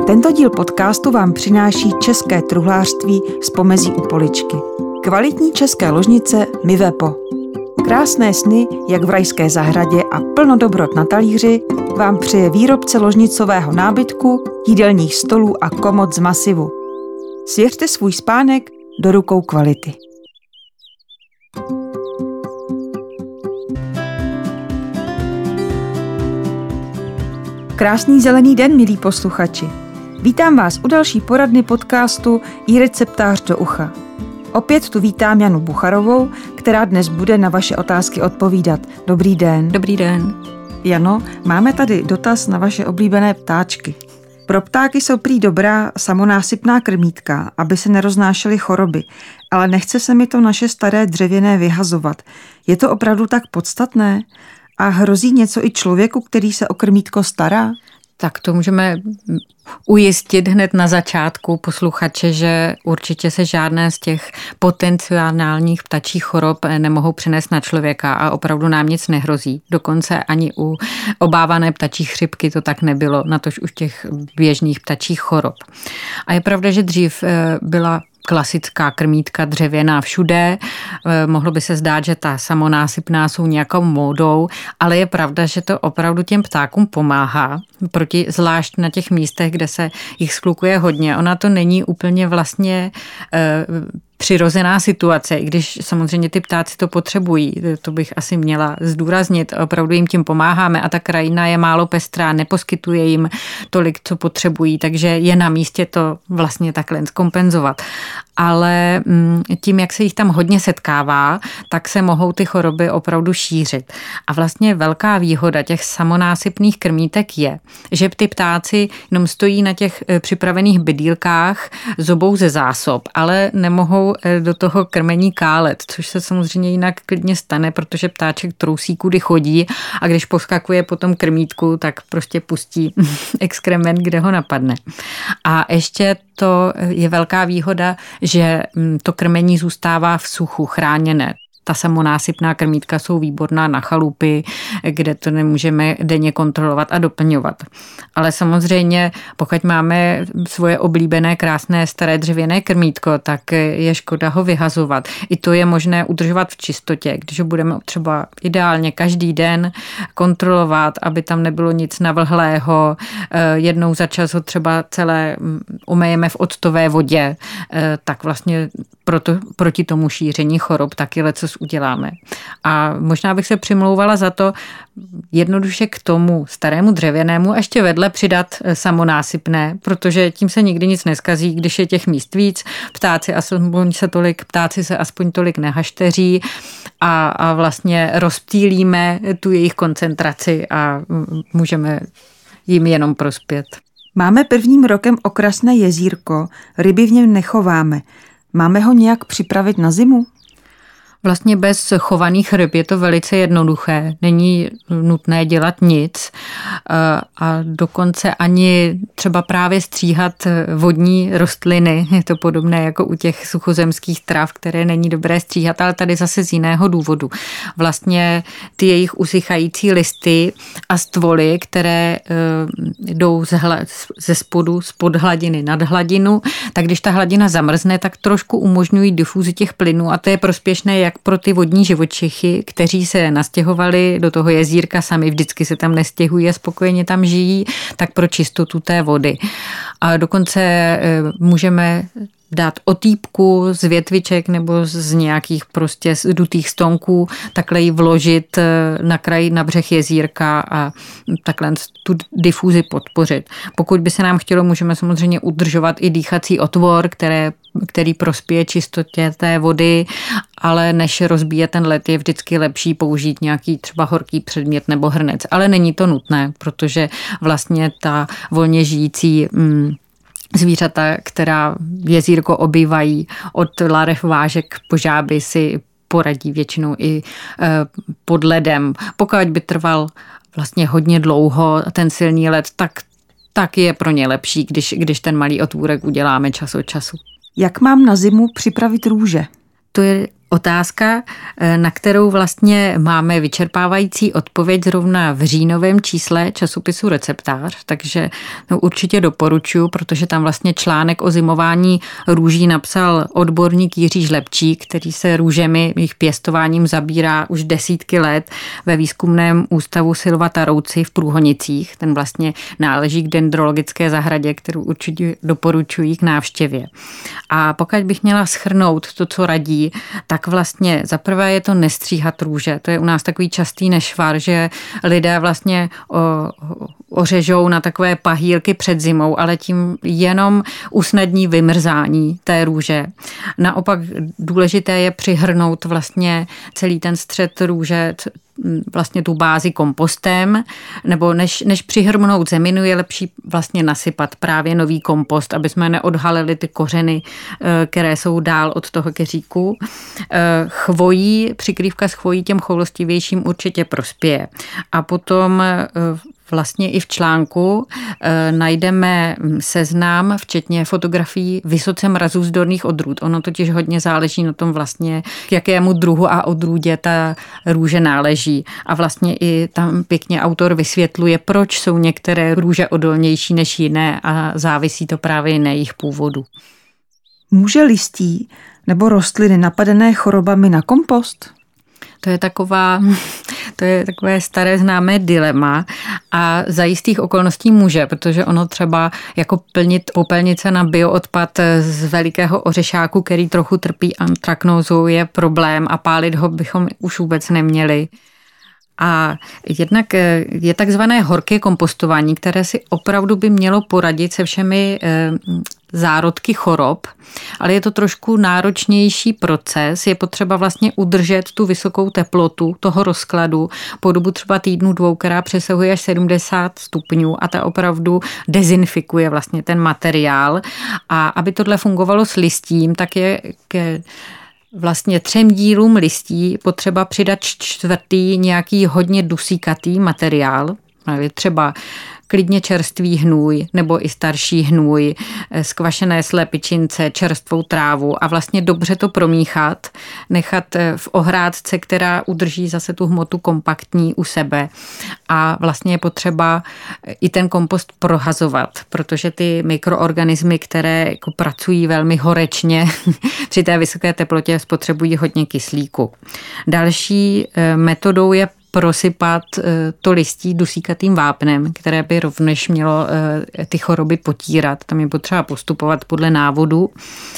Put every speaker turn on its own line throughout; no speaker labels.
Tento díl podcastu vám přináší české truhlářství z Pomezí u Poličky. Kvalitní české ložnice Mivepo. Krásné sny, jak v rajské zahradě a plno dobrot na talíři vám přeje výrobce ložnicového nábytku, jídelních stolů a komod z masivu. Svěřte svůj spánek do rukou kvality. Krásný zelený den, milí posluchači. Vítám vás u další poradny podcastu iReceptář do ucha. Opět tu vítám Janu Bucharovou, která dnes bude na vaše otázky odpovídat. Dobrý den.
Dobrý den.
Jano, máme tady dotaz na vaše oblíbené ptáčky. Pro ptáky jsou prý dobrá samonásypná krmítka, aby se neroznášely choroby, ale nechce se mi to naše staré dřevěné vyhazovat. Je to opravdu tak podstatné? A hrozí něco i člověku, který se o krmítko stará?
Tak to můžeme ujistit hned na začátku posluchače, že určitě se žádné z těch potenciálních ptačích chorob nemohou přenést na člověka a opravdu nám nic nehrozí. Dokonce ani u obávané ptačí chřipky to tak nebylo, natož už těch běžných ptačích chorob. A je pravda, že dřív byla klasická krmítka dřevěná všude. Mohlo by se zdát, že ta samonásypná jsou nějakou módou, ale je pravda, že to opravdu těm ptákům pomáhá, zvlášť na těch místech, kde se jich sklukuje hodně. Ona to není úplně vlastně přirozená situace, i když samozřejmě ty ptáci to potřebují, to bych asi měla zdůraznit, opravdu jim tím pomáháme a ta krajina je málo pestrá, neposkytuje jim tolik, co potřebují, takže je na místě to vlastně takhle zkompenzovat. Ale tím, jak se jich tam hodně setkává, tak se mohou ty choroby opravdu šířit. A vlastně velká výhoda těch samonásypných krmítek je, že ty ptáci jenom stojí na těch připravených bydýlkách zobou ze zásob, ale nemohou do toho krmení kálet, což se samozřejmě jinak klidně stane, protože ptáček trousí, kudy chodí a když poskakuje po tom krmítku, tak prostě pustí exkrement, kde ho napadne. A ještě to je velká výhoda, že to krmení zůstává v suchu, chráněné. Ta samonásypná krmítka jsou výborná na chalupy, kde to nemůžeme denně kontrolovat a doplňovat. Ale samozřejmě, pokud máme svoje oblíbené, krásné, staré dřevěné krmítko, tak je škoda ho vyhazovat. I to je možné udržovat v čistotě, když ho budeme třeba ideálně každý den kontrolovat, aby tam nebylo nic navlhlého. Jednou za čas ho třeba celé umyjeme v octové vodě, tak vlastně proti tomu šíření chorob taky lecos uděláme. A možná bych se přimlouvala za to jednoduše k tomu starému dřevěnému a ještě vedle přidat samonásypné, protože tím se nikdy nic neskazí, když je těch míst víc, ptáci se aspoň tolik nehašteří a vlastně rozptýlíme tu jejich koncentraci a můžeme jim jenom prospět.
Máme prvním rokem okrasné jezírko, ryby v něm nechováme. Máme ho nějak připravit na zimu?
Vlastně bez chovaných ryb je to velice jednoduché. Není nutné dělat nic a dokonce ani třeba právě stříhat vodní rostliny. Je to podobné jako u těch suchozemských trav, které není dobré stříhat, ale tady zase z jiného důvodu. Vlastně ty jejich usychající listy a stvoly, které jdou ze spodu, spod hladiny nad hladinu, tak když ta hladina zamrzne, tak trošku umožňují difuzi těch plynů a to je prospěšné jak pro ty vodní živočichy, kteří se nastěhovali do toho jezírka sami, vždycky se tam nestěhují a spokojeně tam žijí, tak pro čistotu té vody. A dokonce můžeme dát otýpku z větviček nebo z nějakých prostě dutých stonků, takhle ji vložit na břeh jezírka a takhle tu difuzi podpořit. Pokud by se nám chtělo, můžeme samozřejmě udržovat i dýchací otvor, který prospěje čistotě té vody, ale než rozbíje ten led, je vždycky lepší použít nějaký třeba horký předmět nebo hrnec. Ale není to nutné, protože vlastně ta volně žijící zvířata, která jezírko obývají od larev, vážek po žáby, si poradí většinou i pod ledem. Pokud by trval vlastně hodně dlouho ten silný led, tak je pro ně lepší, když ten malý otvůrek uděláme čas od času.
Jak mám na zimu připravit růže?
To je Otázka, na kterou vlastně máme vyčerpávající odpověď zrovna v říjnovém čísle časopisu Receptář, takže určitě doporučuji, protože tam vlastně článek o zimování růží napsal odborník Jiří Žlepčík, který se růžemi, jejich pěstováním zabírá už desítky let ve výzkumném ústavu Silva Tarouci v Průhonicích. Ten vlastně náleží k dendrologické zahradě, kterou určitě doporučuji k návštěvě. A pokud bych měla shrnout to, co radí, tak vlastně zaprvé je to nestříhat růže. To je u nás takový častý nešvar, že lidé vlastně ořežou na takové pahýlky před zimou, ale tím jenom usnadní vymrzání té růže. Naopak důležité je přihrnout vlastně celý ten střed růže, vlastně tu bázi kompostem, nebo než přihrnout zeminu, je lepší vlastně nasypat právě nový kompost, aby jsme neodhalili ty kořeny, které jsou dál od toho keříku. Chvojí, přikrývka s chvojí těm choulostivějším určitě prospěje. A potom vlastně i v článku najdeme seznam, včetně fotografií vysoce mrazůvzdorných odrůd. Ono totiž hodně záleží na tom vlastně, k jakému druhu a odrůdě ta růže náleží. A vlastně i tam pěkně autor vysvětluje, proč jsou některé růže odolnější než jiné a závisí to právě na jejich původu.
Může listí nebo rostliny napadené chorobami na kompost?
To je takové staré známé dilema a za jistých okolností může, protože ono třeba jako plnit popelnice na bioodpad z velikého ořešáku, který trochu trpí antraknózou, je problém a pálit ho bychom už vůbec neměli. A jednak je takzvané horké kompostování, které si opravdu by mělo poradit se všemi zárodky chorob, ale je to trošku náročnější proces. Je potřeba vlastně udržet tu vysokou teplotu toho rozkladu po dobu třeba týdnu, dvou, která přesahuje až 70 stupňů a ta opravdu dezinfikuje vlastně ten materiál. A aby tohle fungovalo s listím, tak je ke vlastně 3 dílům listí potřeba přidat 4. nějaký hodně dusíkatý materiál, třeba klidně čerstvý hnůj nebo i starší hnůj, skvašené slepičince, čerstvou trávu a vlastně dobře to promíchat, nechat v ohrádce, která udrží zase tu hmotu kompaktní u sebe. A vlastně je potřeba i ten kompost prohazovat, protože ty mikroorganismy, které jako pracují velmi horečně při té vysoké teplotě, spotřebují hodně kyslíku. Další metodou je prosypat to listí dusíkatým vápnem, které by rovněž mělo ty choroby potírat. Tam je potřeba postupovat podle návodu.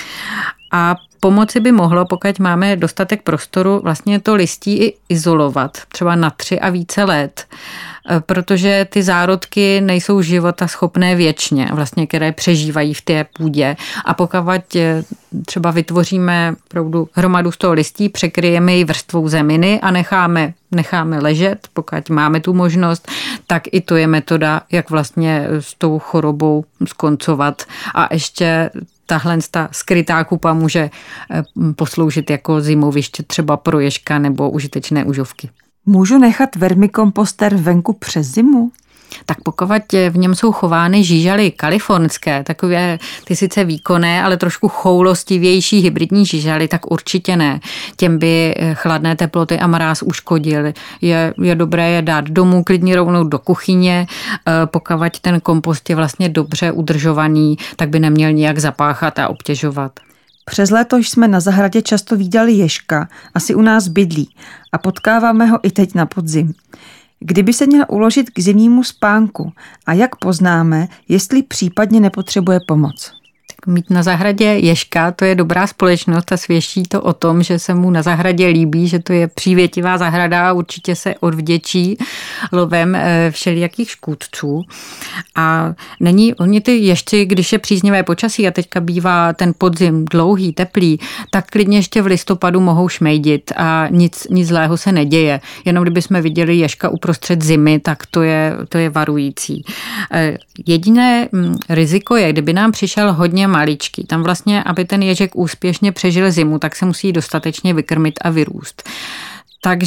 A pomoci by mohlo, pokud máme dostatek prostoru, vlastně to listí i izolovat, třeba na 3 a více let, protože ty zárodky nejsou životaschopné věčně, vlastně, které přežívají v té půdě. A pokud třeba vytvoříme opravdu hromadu z toho listí, překryjeme ji vrstvou zeminy a necháme ležet, pokud máme tu možnost, tak i to je metoda, jak vlastně s tou chorobou skoncovat. A ještě tahle skrytá kupa může posloužit jako zimoviště třeba pro ježka nebo užitečné užovky.
Můžu nechat vermikomposter venku přes zimu?
Tak pokud v něm jsou chovány žížaly kalifornské, takové ty sice výkonné, ale trošku choulostivější hybridní žížaly, tak určitě ne. Těm by chladné teploty a mráz uškodil. Je dobré je dát domů, klidně rovnou do kuchyně. Pokud ten kompost je vlastně dobře udržovaný, tak by neměl nijak zapáchat a obtěžovat.
Přes léto jsme na zahradě často vídali ježka, asi u nás bydlí a potkáváme ho i teď na podzim. Kdyby se měl uložit k zimnímu spánku a jak poznáme, jestli případně nepotřebuje pomoc?
Mít na zahradě ježka, to je dobrá společnost a svědčí to o tom, že se mu na zahradě líbí, že to je přívětivá zahrada a určitě se odvděčí lovem všelijakých škůdců. A oni ty ježci, když je příznivé počasí a teďka bývá ten podzim dlouhý, teplý, tak klidně ještě v listopadu mohou šmejdit a nic zlého se neděje. Jenom kdybychom viděli ježka uprostřed zimy, tak to je varující. Jediné riziko je, kdyby nám přišel hodně maličký. Tam vlastně, aby ten ježek úspěšně přežil zimu, tak se musí dostatečně vykrmit a vyrůst. Takže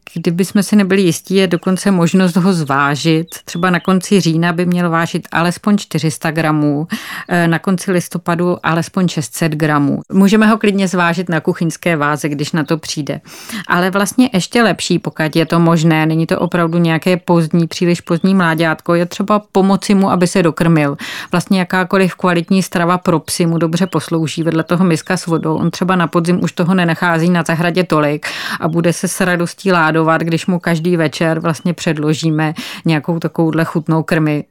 kdybychom si nebyli jistí, je dokonce možnost ho zvážit. Třeba na konci října by měl vážit alespoň 400 gramů, na konci listopadu alespoň 600 gramů. Můžeme ho klidně zvážit na kuchyňské váze, když na to přijde. Ale vlastně ještě lepší, pokud je to možné, není to opravdu nějaké příliš pozdní mláďátko, je třeba pomoci mu, aby se dokrmil. Vlastně jakákoliv kvalitní strava pro psy mu dobře poslouží, vedle toho miska s vodou. On třeba na podzim už toho nenachází na zahradě tolik a bude se s radostí ládovat, když mu každý večer vlastně předložíme nějakou takovouhle chutnou krmi.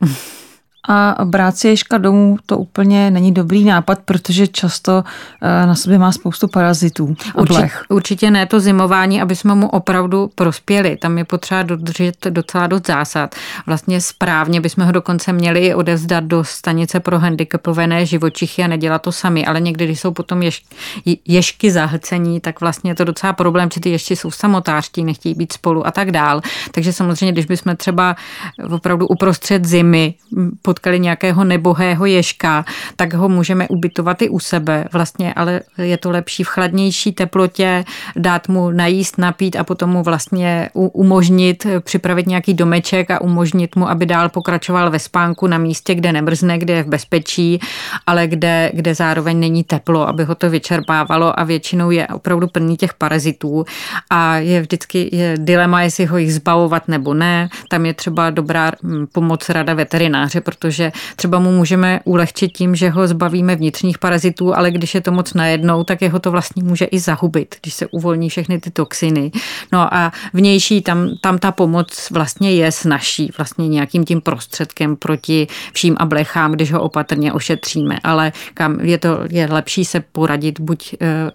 A brát si ježka domů to úplně není dobrý nápad, protože často na sobě má spoustu parazitů.
Určitě ne to zimování, aby jsme mu opravdu prospěli. Tam je potřeba dodržet docela dost zásad. Vlastně správně bychom ho dokonce měli i odevzdat do stanice pro handicapované živočichy a nedělat to sami, ale někdy, když jsou potom ježky zahlcení, tak vlastně je to docela problém, že ty ježky jsou samotářští, nechtějí být spolu a tak dál. Takže samozřejmě, když bychom třeba opravdu uprostřed zimy potkali nějakého nebohého ježka, tak ho můžeme ubytovat i u sebe vlastně, ale je to lepší v chladnější teplotě, dát mu najíst, napít a potom mu vlastně umožnit, připravit nějaký domeček a umožnit mu, aby dál pokračoval ve spánku na místě, kde nemrzne, kde je v bezpečí, ale kde zároveň není teplo, aby ho to vyčerpávalo a většinou je opravdu plný těch parazitů a je vždycky dilema, jestli ho jich zbavovat nebo ne. Tam je třeba dobrá pomoc rada veterináře, protože třeba mu můžeme ulehčit tím, že ho zbavíme vnitřních parazitů, ale když je to moc najednou, tak jeho to vlastně může i zahubit, když se uvolní všechny ty toxiny. No a vnější tam ta pomoc vlastně je snazší, vlastně nějakým tím prostředkem proti vším a blechám, když ho opatrně ošetříme, ale je lepší se poradit buď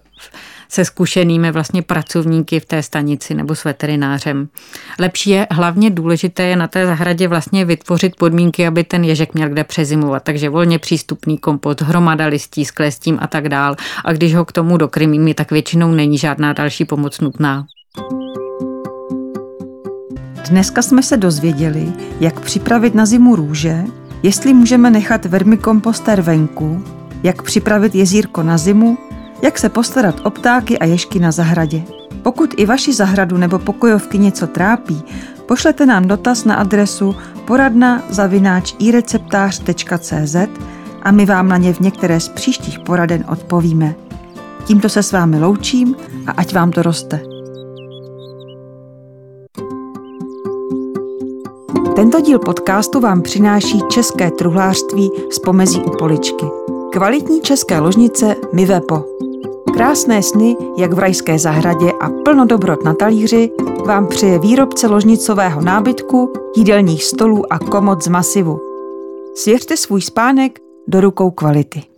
se zkušenými vlastně pracovníky v té stanici nebo s veterinářem. Lepší je, hlavně důležité je na té zahradě vlastně vytvořit podmínky, aby ten ježek měl kde přezimovat. Takže volně přístupný kompost, hromada listí s klestím a tak dál. A když ho k tomu dokrmíme, tak většinou není žádná další pomoc nutná.
Dneska jsme se dozvěděli, jak připravit na zimu růže, jestli můžeme nechat vermikompostér venku, jak připravit jezírko na zimu, jak se postarat o ptáky a ježky na zahradě. Pokud i vaši zahradu nebo pokojovky něco trápí, pošlete nám dotaz na adresu poradna@ireceptář.cz a my vám na ně v některé z příštích poraden odpovíme. Tímto se s vámi loučím a ať vám to roste. Tento díl podcastu vám přináší České truhlářství z Pomezí u Poličky. Kvalitní české ložnice Mivepo. Krásné sny, jak v rajské zahradě a plno dobrot na talíři vám přeje výrobce ložnicového nábytku, jídelních stolů a komod z masivu. Svěřte svůj spánek do rukou kvality.